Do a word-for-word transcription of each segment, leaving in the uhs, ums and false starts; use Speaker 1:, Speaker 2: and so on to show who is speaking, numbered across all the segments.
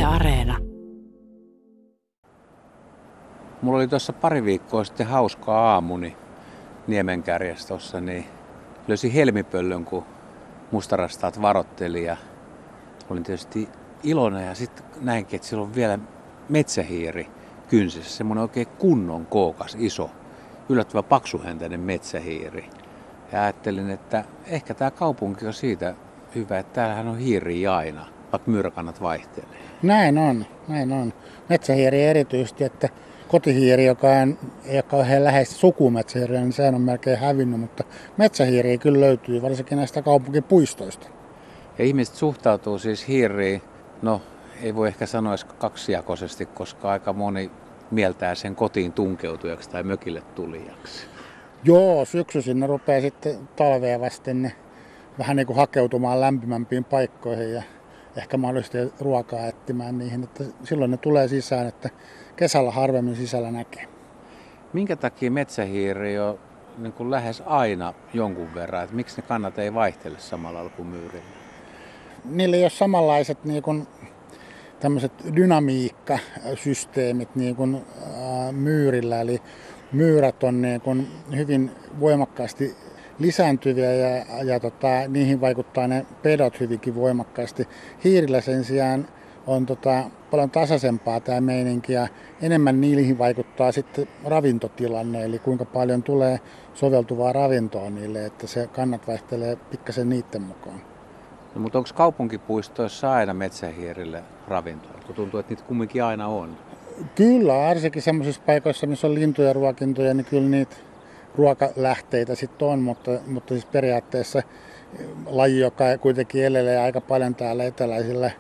Speaker 1: Areena.
Speaker 2: Mulla oli tuossa pari viikkoa sitten hauska aamuni Niemenkärjessä tuossa, niin löysin helmipöllön, kun mustarastaat varotteli ja olin tietysti iloinen ja sitten näinkin, että sillä on vielä metsähiiri kynsissä, semmoinen oikein kunnon kookas, iso, yllättävän paksuhäntäinen metsähiiri. Ja ajattelin, että ehkä tämä kaupunki on siitä hyvä, että täällähän on hiiriä aina, vaikka myyräkannat vaihtelee.
Speaker 3: Näin on, näin on. Metsähiiri erityisesti, että kotihiiri, joka on, ei ole kauhean läheistä sukumetsähiiriä, niin sehän on melkein hävinnyt, mutta metsähiiriä kyllä löytyy, varsinkin näistä kaupunkipuistoista.
Speaker 2: Ja ihmiset suhtautuu siis hiiriin, no ei voi ehkä sanoa edes kaksijakoisesti, koska aika moni mieltää sen kotiin tunkeutujaksi tai mökille tulijaksi.
Speaker 3: Joo, syksyisin ne rupeaa sitten talvea vasten ne vähän niin kuin hakeutumaan lämpimämpiin paikkoihin ja ehkä mahdollisesti ruokaa etsimään niihin, että silloin ne tulee sisään, että kesällä harvemmin sisällä näkee.
Speaker 2: Minkä takia metsähiiri on niin kuin lähes aina jonkun verran, että miksi ne kannat ei vaihtele samalla lailla kuin myyrillä?
Speaker 3: Niillä ei ole samanlaiset niin kuin tämmöiset dynamiikkasysteemit niin kuin ää, myyrillä, eli myyrät on niin kuin hyvin voimakkaasti lisääntyviä ja, ja tota, niihin vaikuttaa ne pedot hyvinkin voimakkaasti. Hiirillä sen sijaan on tota, paljon tasaisempaa tämä meininki ja enemmän niihin vaikuttaa sitten ravintotilanne, eli kuinka paljon tulee soveltuvaa ravintoa niille, että se kannat vaihtelee pikkasen niiden mukaan.
Speaker 2: No, mutta onko kaupunkipuistoissa aina metsähiirille ravintoa, kun tuntuu, että niitä kumminkin aina on?
Speaker 3: Kyllä, varsinkin sellaisissa paikoissa, missä on lintuja ja ruokintoja, niin kyllä niitä ruokalähteitä sitten on, mutta, mutta siis periaatteessa laji, joka kuitenkin elelee aika paljon täällä eteläisillä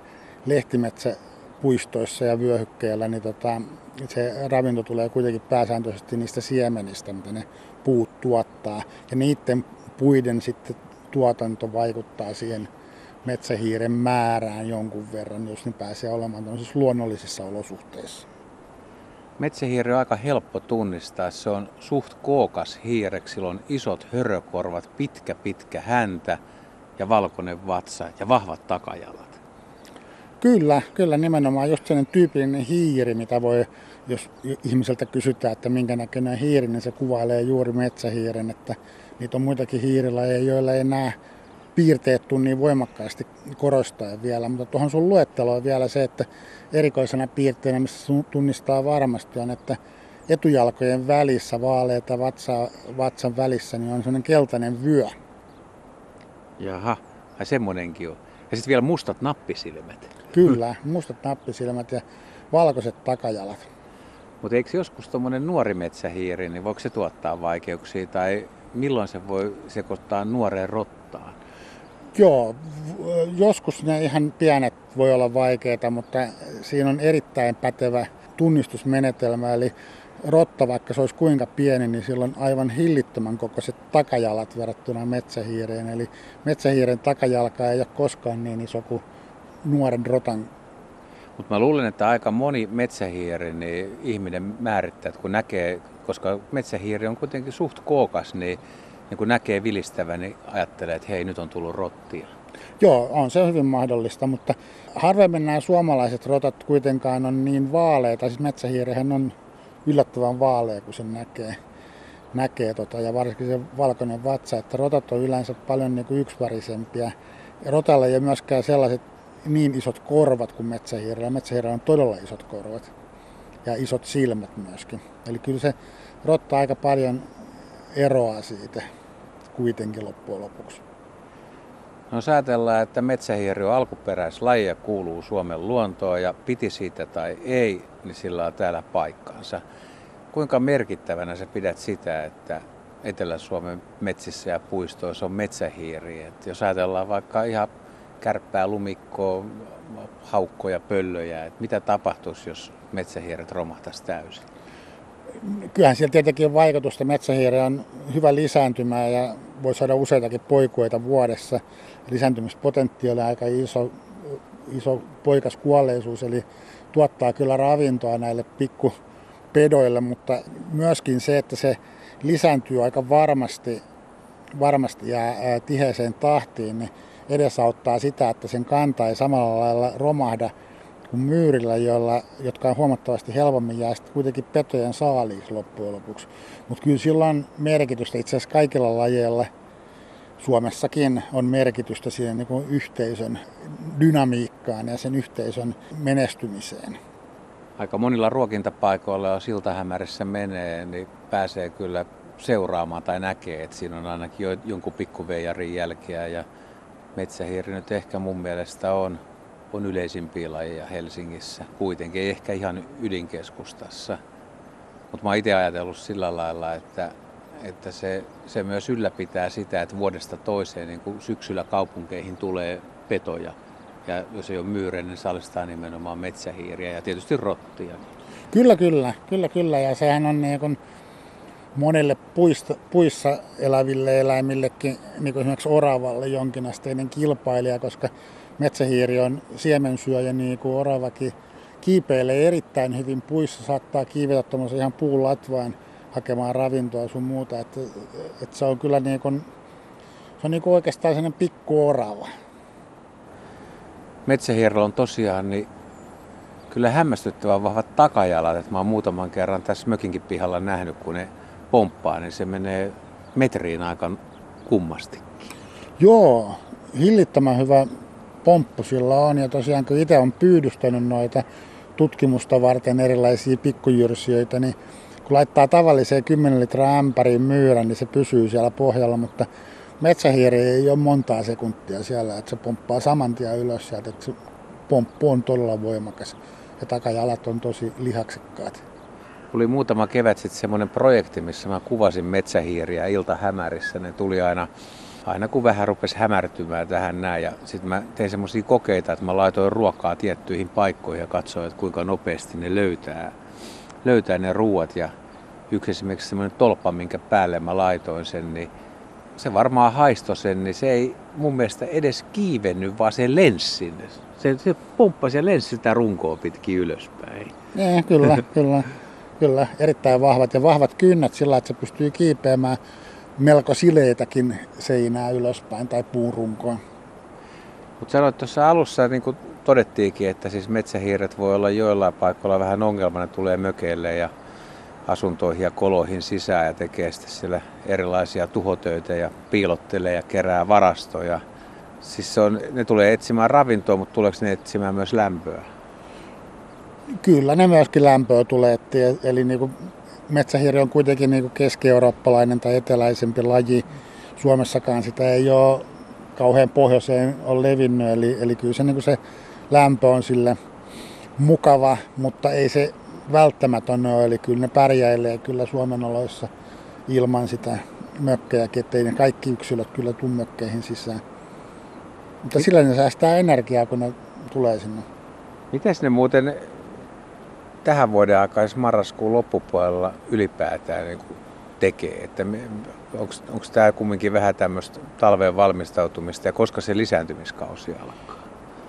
Speaker 3: lehtimetsäpuistoissa ja vyöhykkeillä, niin tota, se ravinto tulee kuitenkin pääsääntöisesti niistä siemenistä, mitä ne puut tuottaa. Ja niiden puiden sitten tuotanto vaikuttaa siihen metsähiiren määrään jonkun verran, jos ne pääsee olemaan luonnollisissa olosuhteissa.
Speaker 2: Metsähiiri on aika helppo tunnistaa. Se on suht kookas hiireksi, sillä on isot hörökorvat, pitkä pitkä häntä ja valkoinen vatsa ja vahvat takajalat.
Speaker 3: Kyllä, kyllä nimenomaan just sellainen tyypillinen hiiri, mitä voi, jos ihmiseltä kysytään, että minkä näköinen hiiri, niin se kuvailee juuri metsähiiren, että niitä on muitakin hiirilajeja, joilla ei nämä piirteet tule niin voimakkaasti korostaa vielä, mutta tuohon sun luetteloon vielä se, että erikoisena piirteenä, missä tunnistaa varmasti on, että etujalkojen välissä, vaaleita vatsa, vatsan välissä, niin on sellainen keltainen vyö.
Speaker 2: Jaha, ja semmoinenkin on. Ja sitten vielä mustat nappisilmät.
Speaker 3: Kyllä, mustat nappisilmät ja valkoiset takajalat.
Speaker 2: Mutta eikö joskus tuommoinen nuori metsähiiri, niin voiko se tuottaa vaikeuksia tai milloin se voi sekoittaa nuoreen rottaan?
Speaker 3: Joo, joskus ne ihan pienet voi olla vaikeita, mutta siinä on erittäin pätevä tunnistusmenetelmä. Eli rotta, vaikka se olisi kuinka pieni, niin sillä on aivan hillittömän kokoiset takajalat verrattuna metsähiireen. Eli metsähiiren takajalka ei ole koskaan niin iso kuin nuoren rotan.
Speaker 2: Mutta mä luulen, että aika moni metsähiiri niin ihminen määrittää, että kun näkee, koska metsähiiri on kuitenkin suht kookas, niin Ja kun näkee vilistävän, niin ajattelee, että hei, nyt on tullut rottia.
Speaker 3: Joo, on se hyvin mahdollista, mutta harvemmin nämä suomalaiset rotat kuitenkaan on niin vaaleita. Siis metsähiirihän on yllättävän vaalea, kun sen näkee. näkee tota, ja varsinkin se valkoinen vatsa, että rotat on yleensä paljon niin kuin yksivärisempiä. Ja rotalla ei ole myöskään sellaiset niin isot korvat kuin metsähiirellä. Metsähiirellä on todella isot korvat ja isot silmät myöskin. Eli kyllä se rotta aika paljon eroaa siitä kuitenkin loppujen lopuksi.
Speaker 2: No jos ajatellaan, että metsähiiri on alkuperäislaji ja kuuluu Suomen luontoon ja piti siitä tai ei, niin sillä on täällä paikkansa. Kuinka merkittävänä sä pidät sitä, että Etelä-Suomen metsissä ja puistoissa on metsähiiri? Et jos ajatellaan vaikka ihan kärppää, lumikkoa, haukkoja, pöllöjä, että mitä tapahtuisi, jos metsähiiret romahtaisi täysin?
Speaker 3: Kyllähän siellä tietenkin on vaikutusta. Metsähiiri on hyvä lisääntymään ja voi saada useitakin poikueita vuodessa. Lisääntymispotentiaali on aika iso, iso poikaskuolleisuus, eli tuottaa kyllä ravintoa näille pikkupedoille, mutta myöskin se, että se lisääntyy aika varmasti, varmasti ja tiheeseen tahtiin, niin edesauttaa sitä, että sen kanta ei samalla lailla romahda kuin myyrillä, joilla, jotka on huomattavasti helpommin jää sitten kuitenkin petojen saaliiksi loppujen lopuksi. Mutta kyllä sillä on merkitystä itse asiassa kaikilla lajeilla. Suomessakin on merkitystä siihen niin kuin yhteisön dynamiikkaan ja sen yhteisön menestymiseen.
Speaker 2: Aika monilla ruokintapaikoilla, jos iltahämärissä menee, niin pääsee kyllä seuraamaan tai näkee, että siinä on ainakin jo, jonkun pikkuveijarin jälkeä. Ja metsähiiri nyt ehkä mun mielestä on, on yleisimpiä lajeja Helsingissä, kuitenkin ei ehkä ihan ydinkeskustassa. Mutta mä oon itse ajatellut sillä lailla, että, että se, se myös ylläpitää sitä, että vuodesta toiseen niin kun syksyllä kaupunkeihin tulee petoja. Ja jos ei ole myyrä, niin se alistaa nimenomaan metsähiiriä ja tietysti rottia.
Speaker 3: Kyllä, kyllä, kyllä, kyllä. Ja sehän on niin kuin monille puista, puissa eläville eläimillekin, niin kuin esimerkiksi oravalle, jonkinasteinen kilpailija, koska metsähiiri on siemensyöjä, niin kuin oravakin kiipeilee erittäin hyvin puissa, saattaa kiivetä tuommoisen ihan puulatvaan hakemaan ravintoa sun muuta. Että, että se on kyllä niin kuin, se on niin kuin oikeastaan sellainen pikkuorava.
Speaker 2: Metsähiirillä on tosiaan niin kyllä hämmästyttävän vahvat takajalat. Että mä oon muutaman kerran tässä mökinkin pihalla nähnyt, kun ne pomppaa, niin se menee metriin aika kummastikin.
Speaker 3: Joo, hillittömän hyvä pomppu sillä on. Ja tosiaan kun itse on pyydystänyt noita tutkimusta varten erilaisia pikkujyrsijöitä, niin kun laittaa tavalliseen kymmenen litraa ämpäriin myyrän, niin se pysyy siellä pohjalla, mutta metsähiiri ei ole montaa sekuntia siellä, että se pomppaa saman tien ylös sieltä, että se pomppu on todella voimakas ja takajalat on tosi lihaksikkaat.
Speaker 2: Tuli muutama kevät sitten semmoinen projekti, missä mä kuvasin metsähiiriä iltahämärissä. Ne tuli aina, aina kun vähän rupesi hämärtymään tähän näin. Ja sitten mä tein semmoisia kokeita, että mä laitoin ruokaa tiettyihin paikkoihin ja katsoin, että kuinka nopeasti ne löytää, löytää ne ruuat. Ja yksi esimerkiksi semmoinen tolppa, minkä päälle mä laitoin sen, niin se varmaan haistoi sen, niin se ei mun mielestä edes kiivennyt, vaan se lensi sinne. Se, se pomppasi ja lensi sitä runkoa pitkin ylöspäin.
Speaker 3: Nee, kyllä, kyllä, kyllä. Erittäin vahvat ja vahvat kynnät sillä, että se pystyy kiipeämään melko sileitäkin seinää ylöspäin tai puurunkoa.
Speaker 2: Mutta sanoit tuossa alussa, niin kuin todettiinkin, että siis metsähiiret voi olla joillain paikoilla vähän ongelmana, ne tulee mökeille ja asuntoihin ja koloihin sisään ja tekee sitten siellä erilaisia tuhotöitä ja piilottelee ja kerää varastoja. Siis se on, ne tulee etsimään ravintoa, mutta tuleeko ne etsimään myös lämpöä?
Speaker 3: Kyllä ne myöskin lämpöä tulee, eli niin kuin metsähiiri on kuitenkin niin kuin keski-eurooppalainen tai eteläisempi laji. Suomessakaan sitä ei ole kauhean pohjoiseen ole levinnyt, eli, eli kyllä se, niin kuin se lämpö on sille mukava, mutta ei se välttämätön ole, eli kyllä ne pärjäilee kyllä Suomen oloissa ilman sitä mökkejäkin, ettei ne kaikki yksilöt kyllä tule mökkeihin sisään. Mutta sillä ne säästää energiaa, kun ne tulee sinne.
Speaker 2: Mites ne muuten tähän vuoden aikaan, marraskuun loppupuolella ylipäätään niin tekee? Onko tämä kumminkin vähän tämmöistä talveen valmistautumista ja koska se lisääntymiskausi alkaa?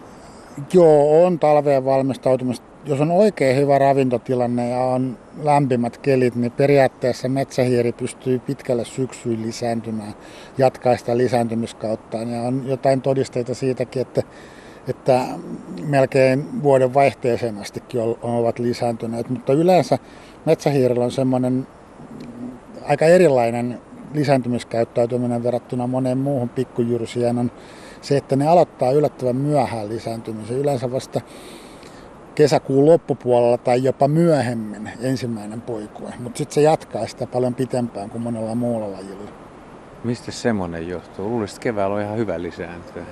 Speaker 3: Joo, on talveen valmistautumista. Jos on oikein hyvä ravintotilanne ja on lämpimät kelit, niin periaatteessa metsähiiri pystyy pitkälle syksyyn lisääntymään, jatkaa sitä lisääntymiskauttaan. Ja on jotain todisteita siitäkin, että, että melkein vuoden vaihteeseen astikin ovat lisääntyneet. Mutta yleensä metsähiirillä on semmoinen aika erilainen lisääntymiskäyttäytyminen verrattuna moneen muuhun pikkujyrsijään on se, että ne aloittaa yllättävän myöhään lisääntymisen. Yleensä vasta kesäkuun loppupuolella tai jopa myöhemmin ensimmäinen poikue, mutta sitten se jatkaa sitä paljon pitempään kuin monella muulla lajilla.
Speaker 2: Mistä semmoinen johtuu? Luulisin, että keväällä on ihan hyvä lisääntyä.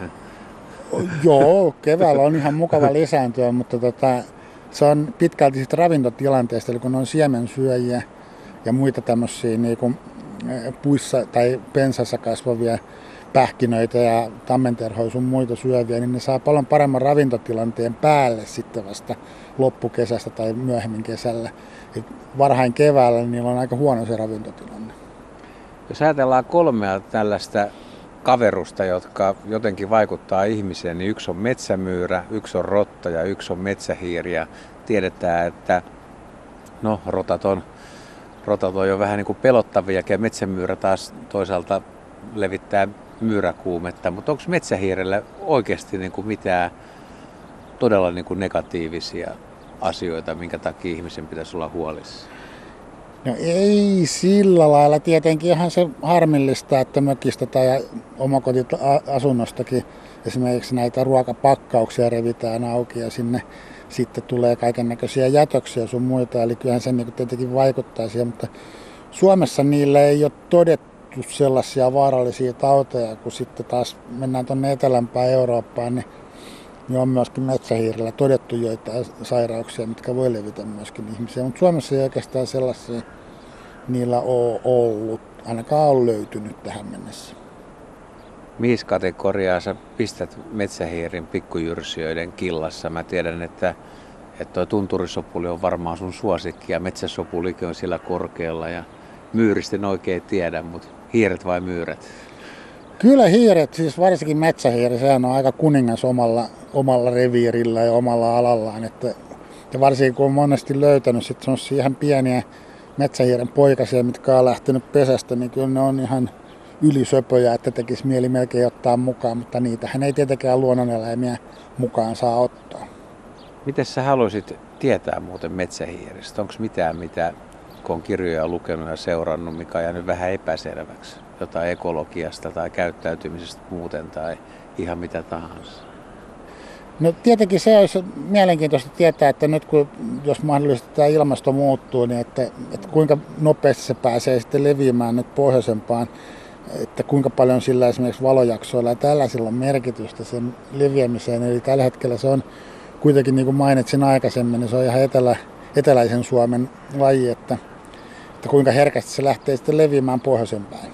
Speaker 3: Joo, keväällä on ihan mukava lisääntyä, mutta tota, se on pitkälti sit ravintotilanteesta, eli kun on siemensyöjiä ja muita tämmöisiä niin kuin puissa tai pensassa kasvavia pähkinöitä ja tammenterhoja sun muita syöviä, niin ne saa paljon paremman ravintotilanteen päälle sitten vasta loppukesästä tai myöhemmin kesällä. Et varhain keväällä niin niillä on aika huono se ravintotilanne.
Speaker 2: Jos ajatellaan kolmea tällaista kaverusta, jotka jotenkin vaikuttaa ihmiseen, niin yksi on metsämyyrä, yksi on rotta ja yksi on metsähiiri. Ja tiedetään, että no, rotat on, rotat on jo vähän niin kuin pelottavia ja metsämyyrä taas toisaalta levittää myyräkuumetta, mutta onko metsähiirellä oikeasti niin kuin mitään todella niin kuin negatiivisia asioita, minkä takia ihmisen pitäisi olla huolissaan?
Speaker 3: No ei sillä lailla. Tietenkin ihan se harmillista, että mökistä tai omakotiasunnostakin esimerkiksi näitä ruokapakkauksia revitään auki ja sinne sitten tulee kaiken näköisiä jätöksiä sun muita. Eli kyllähän se niin tietenkin vaikuttaa siihen, mutta Suomessa niillä ei ole todettu sellaisia vaarallisia tauteja, kun sitten taas mennään tuonne etelämpään Eurooppaan, niin, niin on myöskin metsähiirillä todettu joitain sairauksia, mitkä voi levitä myöskin ihmisiä. Mutta Suomessa ei oikeastaan sellaisia niillä ole ollut, ainakaan on löytynyt tähän mennessä.
Speaker 2: Mihin kategoriaa sä pistät metsähiirin pikkujyrsijöiden killassa? Mä tiedän, että että tuo tunturisopuli on varmaan sun suosikki ja metsäsopulikin on siellä korkealla ja myyristä en oikein tiedä, mutta hiiret vai myyrät?
Speaker 3: Kyllä hiiret, siis varsinkin metsähiiri, sehän on aika kuningas omalla, omalla reviirillä ja omalla alallaan. Että, ja varsinkin kun on monesti löytänyt sit semmosia ihan pieniä metsähiiren poikasia, mitkä on lähtenyt pesästä, niin kyllä ne on ihan ylisöpöjä, että tekisi mieli melkein ottaa mukaan, mutta niitähän ei tietenkään luonnoneläimiä mukaan saa ottaa.
Speaker 2: Miten sä haluaisit tietää muuten metsähiiristä? Onko mitään, mitä kun on kirjoja lukenut ja seurannut, mikä on jäänyt vähän epäselväksi? Jotain ekologiasta tai käyttäytymisestä muuten tai ihan mitä tahansa?
Speaker 3: No tietenkin se olisi mielenkiintoista tietää, että nyt kun, jos mahdollisesti tämä ilmasto muuttuu, niin että, että kuinka nopeasti se pääsee sitten leviämään nyt pohjoisempaan, että kuinka paljon sillä esimerkiksi valojaksoilla ja tällaisilla on merkitystä sen leviämiseen. Eli tällä hetkellä se on kuitenkin, niin kuin mainitsin aikaisemmin, niin se on ihan etelä, eteläisen Suomen laji, että, että kuinka herkästi se lähtee sitten leviämään pohjoisempään.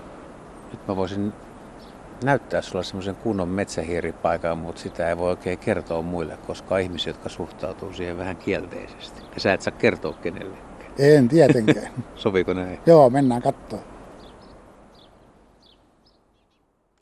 Speaker 2: Nyt mä voisin näyttää sulle semmoisen kunnon metsähiiripaikan, mutta sitä ei voi oikein kertoa muille, koska on ihmisiä, jotka suhtautuu siihen vähän kielteisesti. Ja sä et saa kertoa kenellekään.
Speaker 3: En tietenkään.
Speaker 2: Soviiko näin?
Speaker 3: Joo, mennään katsomaan.